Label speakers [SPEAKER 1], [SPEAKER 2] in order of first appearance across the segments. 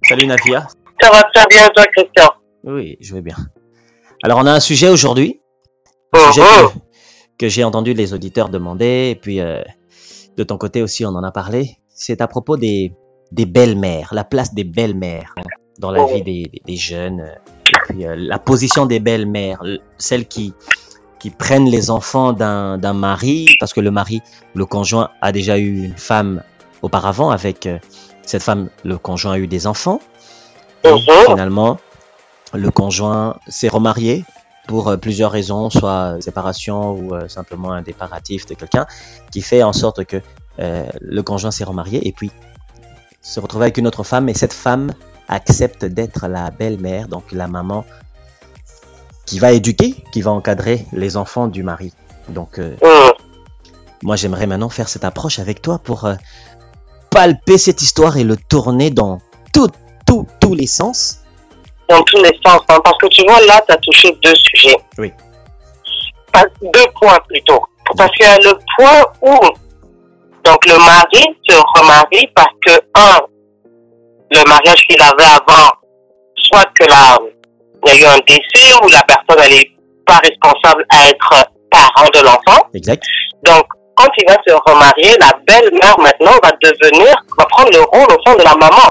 [SPEAKER 1] Salut Nafia.
[SPEAKER 2] Ça va très bien, toi, Christian?
[SPEAKER 1] Oui, je vais bien. Alors, on a un sujet aujourd'hui, un sujet que j'ai entendu les auditeurs demander, et puis de ton côté aussi, on en a parlé. C'est à propos des belles-mères, la place des belles-mères dans la vie des jeunes, et puis la position des belles-mères, celles qui prennent les enfants d'un mari, parce que le conjoint a déjà eu une femme auparavant, avec cette femme, le conjoint a eu des enfants, et finalement, le conjoint s'est remarié pour plusieurs raisons, soit séparation ou simplement un déparatif de quelqu'un, qui fait en sorte que le conjoint s'est remarié et puis se retrouve avec une autre femme, et cette femme accepte d'être la belle-mère, donc la maman qui va éduquer, qui va encadrer les enfants du mari. Donc, moi, j'aimerais maintenant faire cette approche avec toi pour palper cette histoire et le tourner dans tous les sens.
[SPEAKER 2] Dans tous les sens, hein, parce que tu vois, là, tu as touché deux sujets.
[SPEAKER 1] Oui.
[SPEAKER 2] Deux points plutôt. Parce qu'il y a le point où donc le mari se remarie parce que, le mariage qu'il avait avant, soit que il y a eu un décès ou la personne elle n'est pas responsable à être parent de l'enfant.
[SPEAKER 1] Exact.
[SPEAKER 2] Donc, quand il va se remarier, la belle-mère maintenant va prendre le rôle au fond de la maman.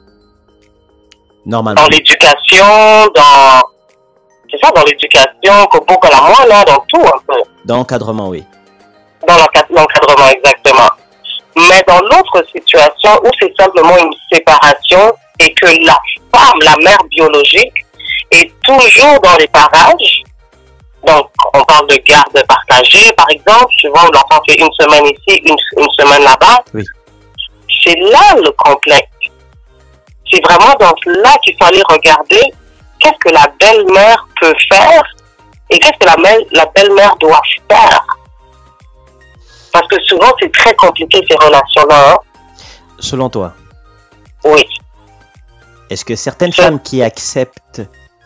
[SPEAKER 1] Normalement.
[SPEAKER 2] Dans l'éducation, dans l'éducation, que la moelle, dans tout un peu.
[SPEAKER 1] Dans l'encadrement, oui.
[SPEAKER 2] Dans l'encadrement, exactement. Mais dans l'autre situation où c'est simplement une séparation et que la femme, la mère biologique, est toujours dans les parages, donc on parle de garde partagée, par exemple, souvent l'enfant fait une semaine ici, une semaine là-bas,
[SPEAKER 1] oui.
[SPEAKER 2] C'est là le complexe. C'est vraiment dans cela qu'il faut aller regarder qu'est-ce que la belle-mère peut faire et qu'est-ce que la belle-mère doit faire. Parce que souvent, c'est très compliqué ces relations-là. Hein?
[SPEAKER 1] Selon toi?
[SPEAKER 2] Oui.
[SPEAKER 1] Est-ce que certaines femmes qui acceptent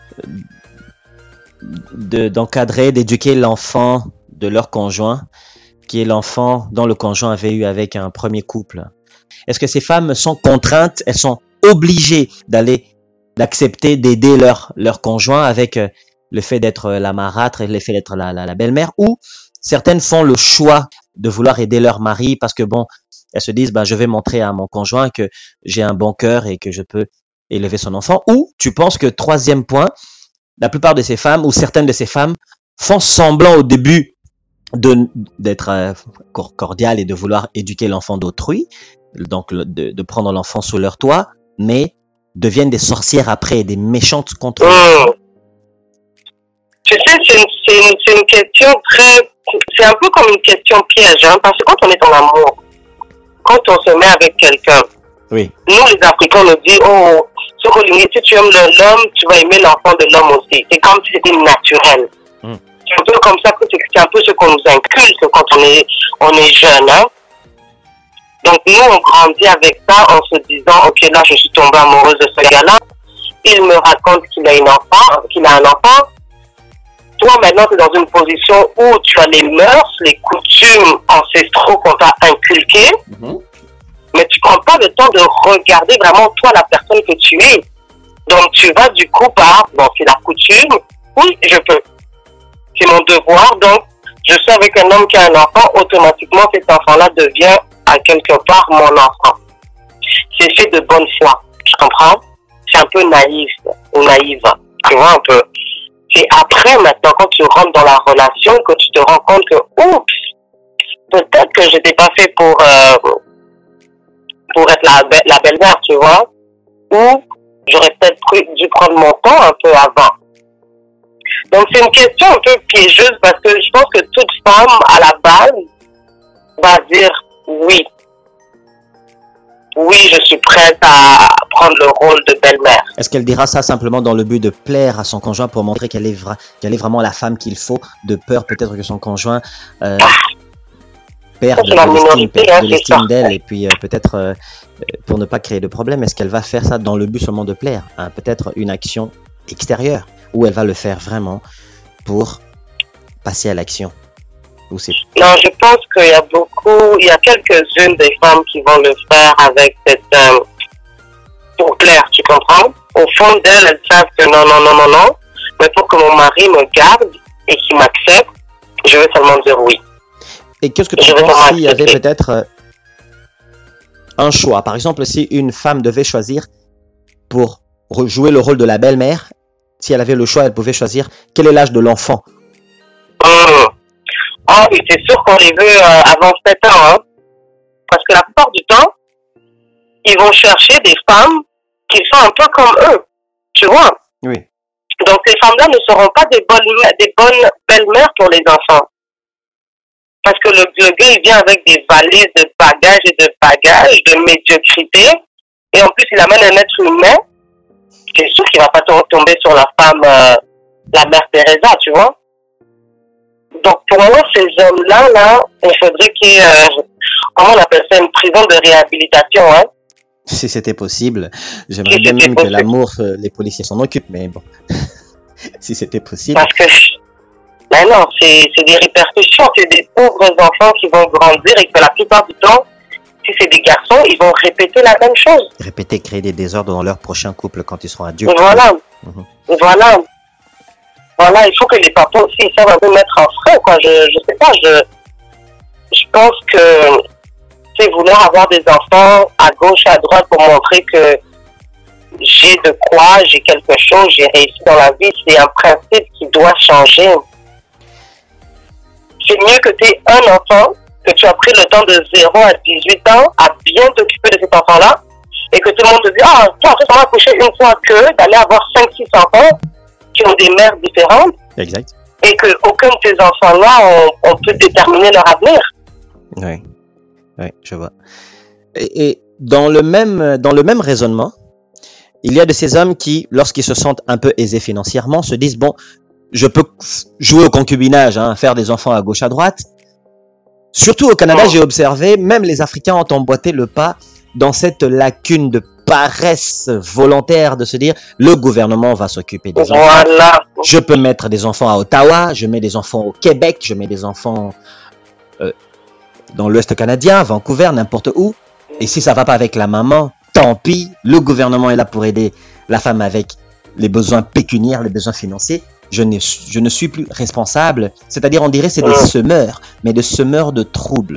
[SPEAKER 1] d'encadrer, d'éduquer l'enfant de leur conjoint, qui est l'enfant dont le conjoint avait eu avec un premier couple, est-ce que ces femmes sont contraintes, elles sont obligées d'accepter d'aider leur conjoint avec le fait d'être la marâtre et le fait d'être la belle-mère, ou certaines font le choix de vouloir aider leur mari parce que elles se disent je vais montrer à mon conjoint que j'ai un bon cœur et que je peux élever son enfant, ou tu penses que troisième point, la plupart de ces femmes ou certaines de ces femmes font semblant au début d'être cordiales et de vouloir éduquer l'enfant d'autrui, donc de prendre l'enfant sous leur toit, mais deviennent des sorcières après, des méchantes contre eux.
[SPEAKER 2] Tu sais, c'est une question c'est un peu comme une question piège, hein, parce que quand on est en amour, quand on se met avec quelqu'un,
[SPEAKER 1] oui.
[SPEAKER 2] Nous les Africains nous disent, si tu aimes l'homme, tu vas aimer l'enfant de l'homme aussi. C'est comme si c'était naturel. C'est un peu comme ça que c'est un peu ce qu'on nous inculque quand on est jeune, hein. Donc nous, on grandit avec ça en se disant, ok, là, je suis tombée amoureuse de ce gars-là. Il me raconte qu'il a un enfant. Toi, maintenant, tu es dans une position où tu as les mœurs, les coutumes ancestraux qu'on t'a inculquées, mais tu prends pas le temps de regarder vraiment toi, la personne que tu es. Donc, tu vas du coup c'est la coutume, oui, je peux. C'est mon devoir, donc, je suis avec un homme qui a un enfant, automatiquement, cet enfant-là devient à quelque part mon enfant. C'est fait de bonne foi, tu comprends? C'est un peu naïf ou naïve, tu vois un peu. C'est après, maintenant, quand tu rentres dans la relation, que tu te rends compte que, oups, peut-être que je n'étais pas fait pour être la belle-mère, tu vois, ou j'aurais peut-être dû prendre mon temps un peu avant. Donc, c'est une question un peu piégeuse parce que je pense que toute femme, à la base, va dire oui. Oui, je suis prête à prendre le rôle de belle-mère.
[SPEAKER 1] Est-ce qu'elle dira ça simplement dans le but de plaire à son conjoint pour montrer qu'elle est vraiment la femme qu'il faut, de peur peut-être que son conjoint perde de l'estime d'elle, et puis peut-être pour ne pas créer de problème, est-ce qu'elle va faire ça dans le but seulement de plaire, hein, peut-être une action extérieure, ou elle va le faire vraiment pour passer à l'action? Non,
[SPEAKER 2] je pense qu'il y a quelques-unes des femmes qui vont le faire avec pour plaire, tu comprends? Au fond d'elles, elles savent que non. Mais pour que mon mari me garde et qu'il m'accepte, je vais seulement dire oui.
[SPEAKER 1] Et qu'est-ce que tu penses s'il y avait peut-être un choix? Par exemple, si une femme devait choisir pour jouer le rôle de la belle-mère, si elle avait le choix, elle pouvait choisir quel est l'âge de l'enfant.
[SPEAKER 2] Oh, et c'est sûr qu'on les veut avant 7 ans, hein. Parce que la plupart du temps, ils vont chercher des femmes qui sont un peu comme eux, tu vois.
[SPEAKER 1] Oui.
[SPEAKER 2] Donc ces femmes-là ne seront pas des bonnes belles-mères pour les enfants. Parce que le gars, il vient avec des valises de bagages et de médiocrité. Et en plus, il amène un être humain. C'est sûr qu'il va pas tomber sur la femme, la mère Teresa, tu vois. Donc pour moi, ces hommes-là, il faudrait qu'ils, comment on appelle ça, une prison de réhabilitation, hein.
[SPEAKER 1] Si c'était possible, j'aimerais bien même que l'amour, les policiers s'en occupent, mais bon, si c'était possible.
[SPEAKER 2] Parce que, ben non, c'est des répercussions, c'est des pauvres enfants qui vont grandir et que la plupart du temps, si c'est des garçons, ils vont répéter la même chose.
[SPEAKER 1] Répéter, créer des désordres dans leur prochain couple quand ils seront adultes.
[SPEAKER 2] Voilà, Voilà, il faut que les papas aussi ils savent un peu mettre en frein, quoi. Je sais pas, je pense que c'est vouloir avoir des enfants à gauche, à droite pour montrer que j'ai de quoi, j'ai quelque chose, j'ai réussi dans la vie, c'est un principe qui doit changer. C'est mieux que tu aies un enfant, que tu as pris le temps de 0 à 18 ans à bien t'occuper de cet enfant-là, et que tout le monde te dit, ah, tu as récemment accouché une fois que d'aller avoir 5-6 enfants qui ont des mères différentes.
[SPEAKER 1] Exact.
[SPEAKER 2] Et qu'aucun de ces enfants-là, on peut déterminer leur avenir.
[SPEAKER 1] Oui, je vois. Et dans le même raisonnement, il y a de ces hommes qui, lorsqu'ils se sentent un peu aisés financièrement, se disent, bon, je peux jouer au concubinage, hein, faire des enfants à gauche, à droite. Surtout au Canada, j'ai observé, même les Africains ont emboîté le pas dans cette lacune de paresse volontaire de se dire, le gouvernement va s'occuper des enfants.
[SPEAKER 2] Voilà.
[SPEAKER 1] Je peux mettre des enfants à Ottawa, je mets des enfants au Québec, je mets des enfants dans l'Ouest canadien, Vancouver, n'importe où. Et si ça va pas avec la maman, tant pis, le gouvernement est là pour aider la femme avec les besoins pécuniaires, les besoins financiers. Je ne suis plus responsable. C'est-à-dire, on dirait c'est des semeurs, mais des semeurs de troubles.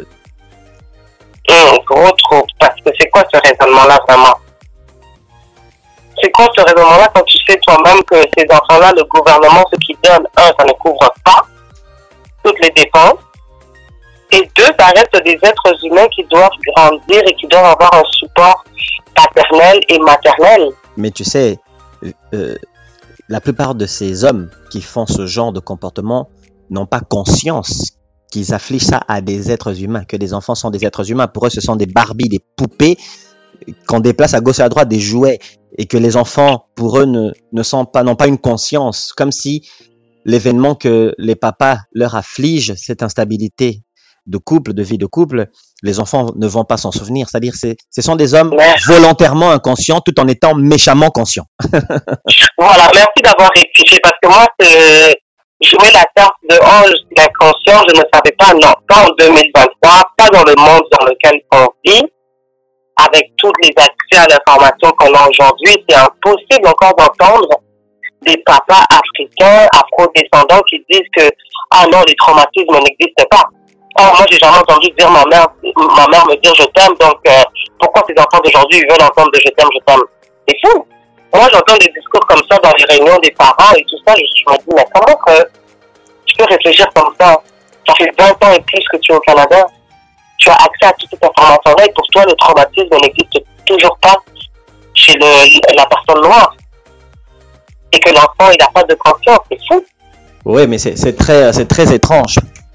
[SPEAKER 2] Gros trouble. Parce que c'est quoi ce raisonnement-là vraiment? C'est quoi ce raisonnement-là quand tu sais toi-même que ces enfants-là, le gouvernement, ce qu'ils donne, ça ne couvre pas toutes les dépenses. Et 2, ça reste des êtres humains qui doivent grandir et qui doivent avoir un support paternel et maternel.
[SPEAKER 1] Mais tu sais, la plupart de ces hommes qui font ce genre de comportement n'ont pas conscience qu'ils affligent ça à des êtres humains, que des enfants sont des êtres humains. Pour eux, ce sont des Barbies, des poupées qu'on déplace à gauche et à droite, des jouets, et que les enfants, pour eux, n'ont pas une conscience, comme si l'événement que les papas leur affligent, cette instabilité de couple, de vie de couple, les enfants ne vont pas s'en souvenir. C'est-à-dire, ce sont des hommes volontairement inconscients tout en étant méchamment conscients.
[SPEAKER 2] Voilà, merci d'avoir réfléchi parce que moi, jouer la carte de je suis inconscient, je ne savais pas, non, pas en 2023, pas dans le monde dans lequel on vit, avec tous les accès à l'information qu'on a aujourd'hui, c'est impossible encore d'entendre des papas africains, afro-descendants qui disent que, non, les traumatismes n'existent pas. Moi, j'ai jamais entendu dire ma mère me dire je t'aime, donc pourquoi ces enfants d'aujourd'hui veulent entendre de je t'aime? C'est fou. Moi, j'entends des discours comme ça dans les réunions des parents et tout ça, je me dis, mais comment que tu peux réfléchir comme ça? Ça fait 20 ans et plus que tu es au Canada. Tu as accès à toute cette information-là et pour toi, le traumatisme n'existe toujours pas chez la personne noire. Et que l'enfant, il n'a pas de conscience, c'est fou.
[SPEAKER 1] Oui, mais c'est très étrange.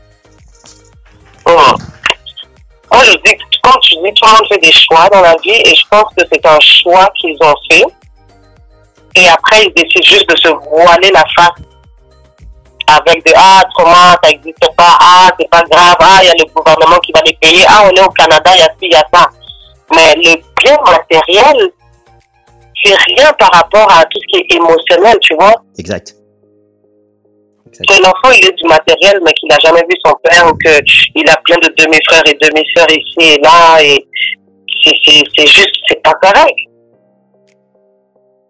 [SPEAKER 2] Moi, je dis, quand tu dis, tout le monde fait des choix dans la vie et je pense que c'est un choix qu'ils ont fait. Et après, ils décident juste de se voiler la face avec de autrement, ça n'existe pas, c'est pas grave, il y a le gouvernement qui va les payer, on est au Canada, il y a ci, il y a ça. Mais le bien matériel, c'est rien par rapport à tout ce qui est émotionnel, tu vois.
[SPEAKER 1] Exact.
[SPEAKER 2] Que l'enfant, il est du matériel, mais qu'il n'a jamais vu son père ou qu'il a plein de demi-frères et demi-sœurs ici et là, et c'est juste, c'est pas correct.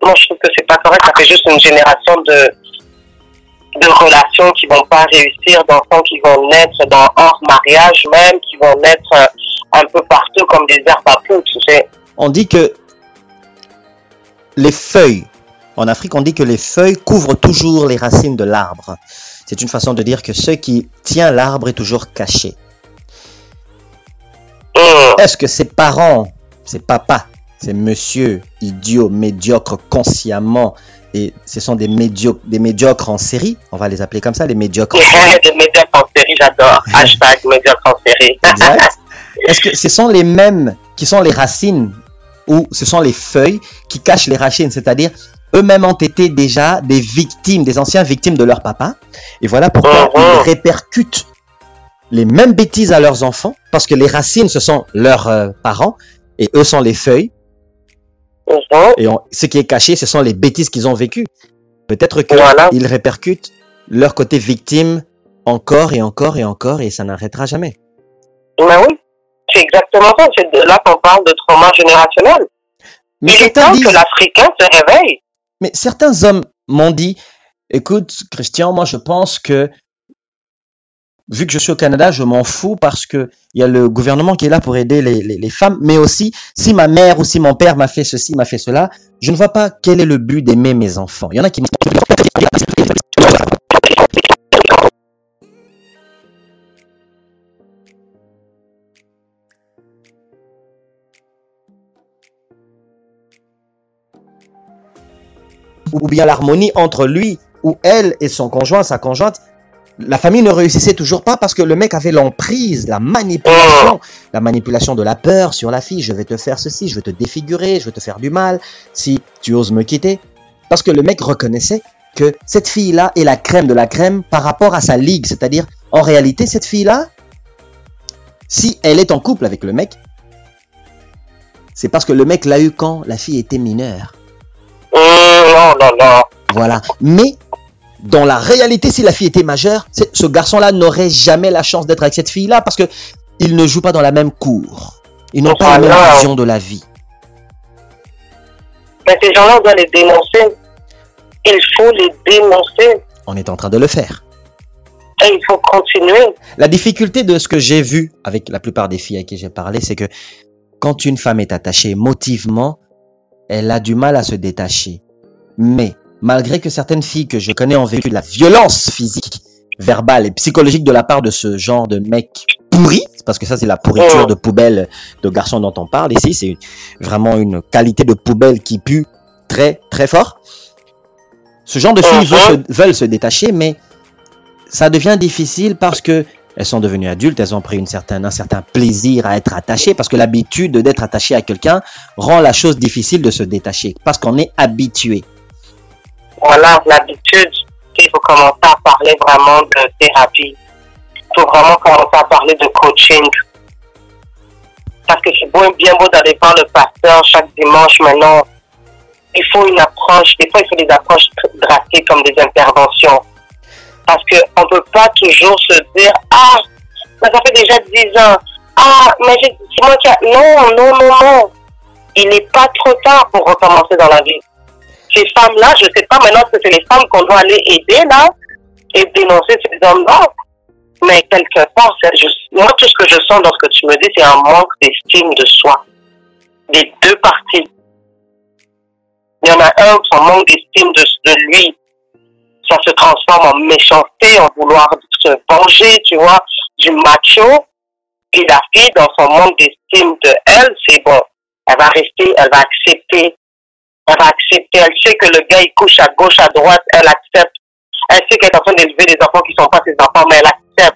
[SPEAKER 2] moi, je trouve que c'est pas correct. Ça fait juste une génération de relations qui vont pas réussir, d'enfants qui vont naître dans hors mariage même, qui vont naître un peu partout comme des herbes à poudre, tu sais.
[SPEAKER 1] On dit que les feuilles, en Afrique, on dit que les feuilles couvrent toujours les racines de l'arbre. C'est une façon de dire que ce qui tient l'arbre est toujours caché. Est-ce que ses parents, ses papas, ces monsieur idiots, médiocres consciemment, et ce sont des médiocres en série, on va les appeler comme ça, les médiocres en série.
[SPEAKER 2] Des médiocres en série, j'adore. Hashtag médiocres en série.
[SPEAKER 1] Exact. Est-ce que ce sont les mêmes qui sont les racines ou ce sont les feuilles qui cachent les racines, c'est-à-dire eux-mêmes ont été déjà des victimes, des anciens victimes de leur papa, et voilà pourquoi ils répercutent les mêmes bêtises à leurs enfants, parce que les racines, ce sont leurs parents, et eux sont les feuilles. Et ce qui est caché, ce sont les bêtises qu'ils ont vécues. Peut-être qu'ils répercutent leur côté victime encore et encore et encore, et ça n'arrêtera jamais.
[SPEAKER 2] Mais oui, c'est exactement ça. C'est de là qu'on parle de trauma générationnel. Mais il est temps que l'Africain se réveille.
[SPEAKER 1] Mais certains hommes m'ont dit, écoute, Christian, moi je pense que vu que je suis au Canada, je m'en fous parce que il y a le gouvernement qui est là pour aider les femmes, mais aussi si ma mère ou si mon père m'a fait ceci, m'a fait cela, je ne vois pas quel est le but d'aimer mes enfants. Il y en a qui ou bien l'harmonie entre lui ou elle et son conjoint, sa conjointe. La famille ne réussissait toujours pas parce que le mec avait l'emprise, la manipulation de la peur sur la fille. Je vais te faire ceci, je vais te défigurer, je vais te faire du mal si tu oses me quitter. Parce que le mec reconnaissait que cette fille-là est la crème de la crème par rapport à sa ligue. C'est-à-dire, en réalité, cette fille-là, si elle est en couple avec le mec, c'est parce que le mec l'a eu quand la fille était mineure. Voilà. Mais dans la réalité, si la fille était majeure, ce garçon-là n'aurait jamais la chance d'être avec cette fille-là parce que ils ne jouent pas dans la même cour. Ils n'ont pas la même vision de la vie.
[SPEAKER 2] Mais ces gens-là, on doit les dénoncer. Il faut les dénoncer.
[SPEAKER 1] On est en train de le faire.
[SPEAKER 2] Et il faut continuer.
[SPEAKER 1] La difficulté de ce que j'ai vu avec la plupart des filles à qui j'ai parlé, c'est que quand une femme est attachée émotivement, elle a du mal à se détacher. Mais malgré que certaines filles que je connais ont vécu de la violence physique, verbale et psychologique de la part de ce genre de mec pourri, parce que ça c'est la pourriture de poubelle de garçon dont on parle ici, c'est vraiment une qualité de poubelle qui pue très très fort. Ce genre de filles veulent se détacher, mais ça devient difficile parce que elles sont devenues adultes, elles ont pris un certain plaisir à être attachées, parce que l'habitude d'être attachée à quelqu'un rend la chose difficile de se détacher, parce qu'on est habitué.
[SPEAKER 2] Voilà, l'habitude, il faut commencer à parler vraiment de thérapie. Il faut vraiment commencer à parler de coaching. Parce que c'est bien beau d'aller voir le pasteur chaque dimanche, maintenant. Il faut une approche, des fois il faut des approches drastiques comme des interventions. Parce qu'on ne peut pas toujours se dire, ah, mais ça fait déjà 10 ans. Ah, mais c'est moi qui a... Non. Il n'est pas trop tard pour recommencer dans la vie. Ces femmes-là, je ne sais pas maintenant que c'est les femmes qu'on doit aller aider là et dénoncer ces hommes-là. Mais quelque part, moi, tout ce que je sens dans ce que tu me dis, c'est un manque d'estime de soi. Des deux parties. Il y en a un, son manque d'estime de lui, ça se transforme en méchanceté, en vouloir se venger, tu vois, du macho. Et la fille, dans son manque d'estime de elle, c'est bon. Elle va rester, elle va accepter. Elle sait que le gars, il couche à gauche, à droite, elle accepte. Elle sait qu'elle est en train d'élever des enfants qui ne sont pas ses enfants, mais elle accepte.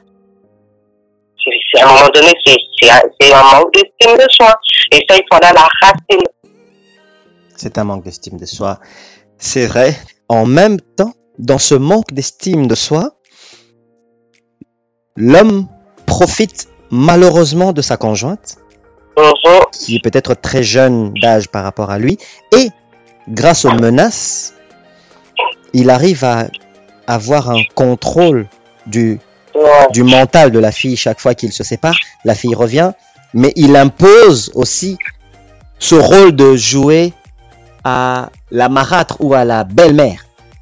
[SPEAKER 2] À un moment donné, c'est un manque d'estime de soi. Et ça, il faut aller à la racine.
[SPEAKER 1] C'est un manque d'estime de soi. C'est vrai. En même temps, dans ce manque d'estime de soi, l'homme profite malheureusement de sa conjointe, qui est peut-être très jeune d'âge par rapport à lui, et grâce aux menaces, il arrive à avoir un contrôle du mental de la fille chaque fois qu'il se sépare. La fille revient, mais il impose aussi ce rôle de jouer à la marâtre ou à la belle-mère.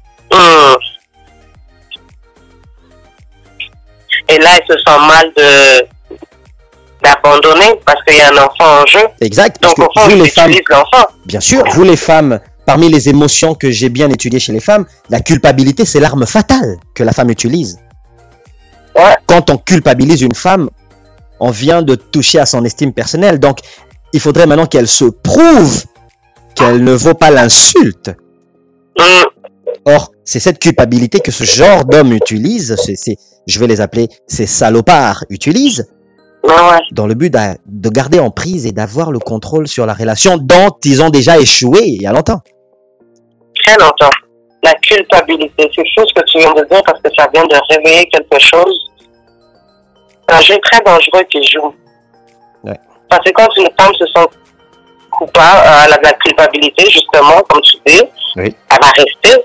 [SPEAKER 2] Et là, elle se sent mal d'abandonner parce qu'il y a un enfant en jeu.
[SPEAKER 1] Exact.
[SPEAKER 2] Donc, au fond,
[SPEAKER 1] vous les femmes,
[SPEAKER 2] l'enfant.
[SPEAKER 1] bien sûr, vous les femmes, parmi les émotions que j'ai bien étudiées chez les femmes, la culpabilité, c'est l'arme fatale que la femme utilise.
[SPEAKER 2] Ouais.
[SPEAKER 1] Quand on culpabilise une femme, on vient de toucher à son estime personnelle. Donc, il faudrait maintenant qu'elle se prouve qu'elle ne vaut pas l'insulte. Or, c'est cette culpabilité que ce genre d'homme utilise, je vais les appeler ces salopards utilisent, dans le but de garder en prise et d'avoir le contrôle sur la relation dont ils ont déjà échoué il y a longtemps.
[SPEAKER 2] Très longtemps. La culpabilité, c'est chose que tu viens de dire parce que ça vient de réveiller quelque chose. Un jeu très dangereux qui joue.
[SPEAKER 1] Ouais.
[SPEAKER 2] Parce que quand une femme se sent coupable, elle a de la culpabilité, justement, comme tu dis,
[SPEAKER 1] oui.
[SPEAKER 2] Elle va rester.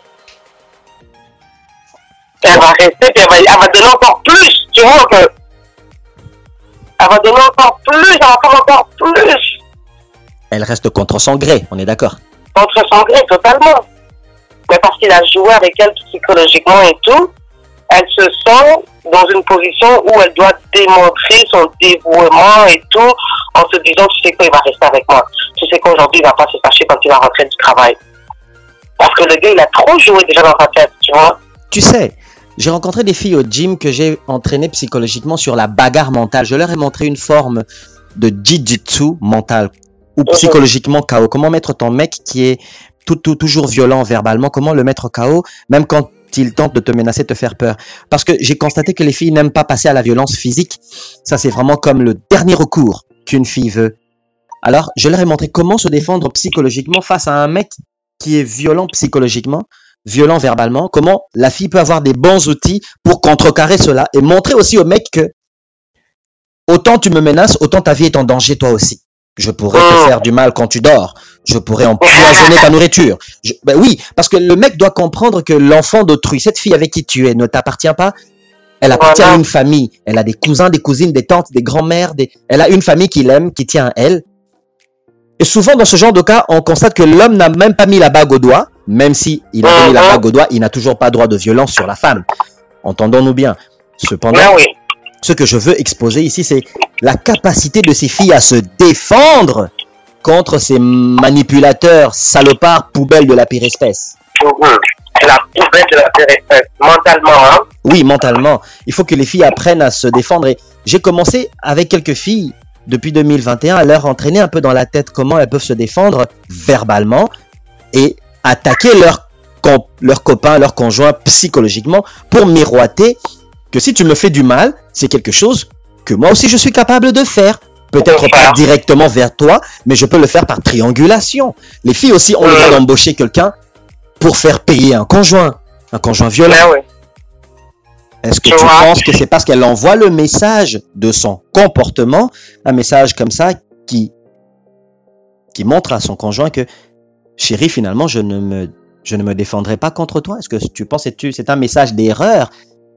[SPEAKER 2] Elle va rester, puis elle va donner encore plus. Tu vois que. Elle va donner encore plus, elle va faire encore plus.
[SPEAKER 1] Elle reste contre son gré, on est d'accord.
[SPEAKER 2] Contre son gré, totalement. Mais parce qu'il a joué avec elle psychologiquement et tout, elle se sent dans une position où elle doit démontrer son dévouement et tout, en se disant, tu sais quoi, il va rester avec moi. Tu sais qu'aujourd'hui, il va pas se fâcher quand il va rentrer du travail. Parce que le gars, il a trop joué déjà dans sa tête, tu vois.
[SPEAKER 1] Tu sais, j'ai rencontré des filles au gym que j'ai entraînées psychologiquement sur la bagarre mentale. Je leur ai montré une forme de jiu-jitsu mental ou psychologiquement KO. Comment mettre ton mec qui est toujours violent verbalement, comment le mettre KO, même quand il tente de te menacer, de te faire peur. Parce que j'ai constaté que les filles n'aiment pas passer à la violence physique. Ça, c'est vraiment comme le dernier recours qu'une fille veut. Alors, je leur ai montré comment se défendre psychologiquement face à un mec qui est violent psychologiquement, violent verbalement, comment la fille peut avoir des bons outils pour contrecarrer cela et montrer aussi au mec que autant tu me menaces, autant ta vie est en danger toi aussi. Je pourrais te faire du mal quand tu dors. Je pourrais empoisonner ta nourriture. Ben oui, parce que le mec doit comprendre que l'enfant d'autrui, cette fille avec qui tu es, ne t'appartient pas. Elle appartient à une famille. Elle a des cousins, des cousines, des tantes, des grands-mères. Elle a une famille qui l'aime, qui tient à elle. Et souvent, dans ce genre de cas, on constate que l'homme n'a même pas mis la bague au doigt. Même si il a mis la bague au doigt, il n'a toujours pas droit de violence sur la femme. Entendons-nous bien. Cependant, ce que je veux exposer ici, c'est la capacité de ces filles à se défendre contre ces manipulateurs, salopards, poubelles de la pire espèce.
[SPEAKER 2] La poubelle de la pire espèce, mentalement, hein?
[SPEAKER 1] Oui, mentalement. Il faut que les filles apprennent à se défendre. Et j'ai commencé avec quelques filles depuis 2021 à leur entraîner un peu dans la tête comment elles peuvent se défendre verbalement et attaquer leurs copains, leurs conjoints psychologiquement pour miroiter que si tu me fais du mal, c'est quelque chose que moi aussi je suis capable de faire. Peut-être pas directement vers toi, mais je peux le faire par triangulation. Les filles aussi ont le droit d'embaucher quelqu'un pour faire payer un conjoint violent. Est-ce que tu penses que c'est parce qu'elle envoie le message de son comportement, un message comme ça qui montre à son conjoint que chérie, finalement, je ne me défendrai pas contre toi? Est-ce que tu penses que c'est un message d'erreur?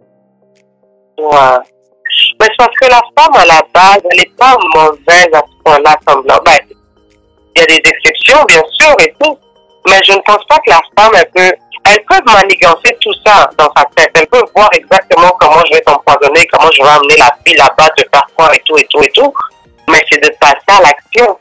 [SPEAKER 2] Ouais. Mais c'est parce que la femme, à la base, elle n'est pas mauvaise à ce point-là. Ben, il y a des exceptions, bien sûr, et tout. Mais je ne pense pas que la femme, elle peut manigancer tout ça dans sa tête. Elle peut voir exactement comment je vais t'empoisonner, comment je vais amener la fille là-bas, de faire quoi, et tout, et tout, et tout. Mais c'est de passer à l'action.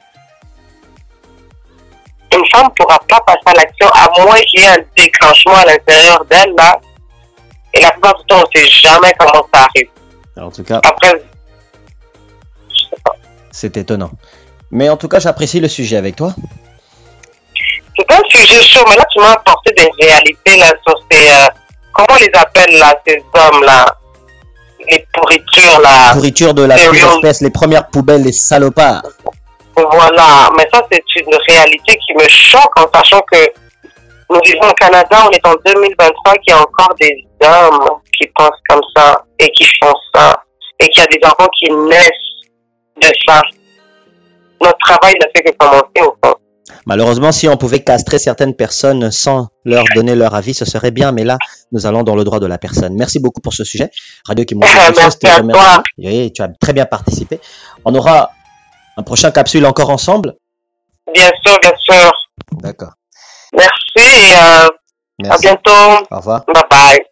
[SPEAKER 2] Une femme ne pourra pas passer à l'action à moins qu'il y ait un déclenchement à l'intérieur d'elle, là. Et la plupart du temps, on ne sait jamais comment ça arrive.
[SPEAKER 1] En tout cas,
[SPEAKER 2] après, je sais pas.
[SPEAKER 1] C'est étonnant. Mais en tout cas, j'apprécie le sujet avec toi.
[SPEAKER 2] C'est un sujet chaud, mais là, tu m'as apporté des réalités là, sur ces... comment on les appelle, là, ces hommes-là? Les pourritures, là.
[SPEAKER 1] Pourritures de la pire espèce, les premières poubelles, les salopards.
[SPEAKER 2] Voilà, mais ça, c'est une réalité qui me choque en sachant que nous vivons au Canada, on est en 2023, qu'il y a encore des hommes qui pensent comme ça et qui font ça et qu'il y a des enfants qui naissent de ça. Notre travail ne fait que commencer au fond.
[SPEAKER 1] Malheureusement, si on pouvait castrer certaines personnes sans leur donner leur avis, ce serait bien, mais là, nous allons dans le droit de la personne. Merci beaucoup pour ce sujet. Radio qui
[SPEAKER 2] Merci à toi.
[SPEAKER 1] Oui, tu as très bien participé. On aura un prochain capsule encore ensemble?
[SPEAKER 2] Bien sûr, bien sûr.
[SPEAKER 1] D'accord.
[SPEAKER 2] et à bientôt.
[SPEAKER 1] Au revoir.
[SPEAKER 2] Bye bye.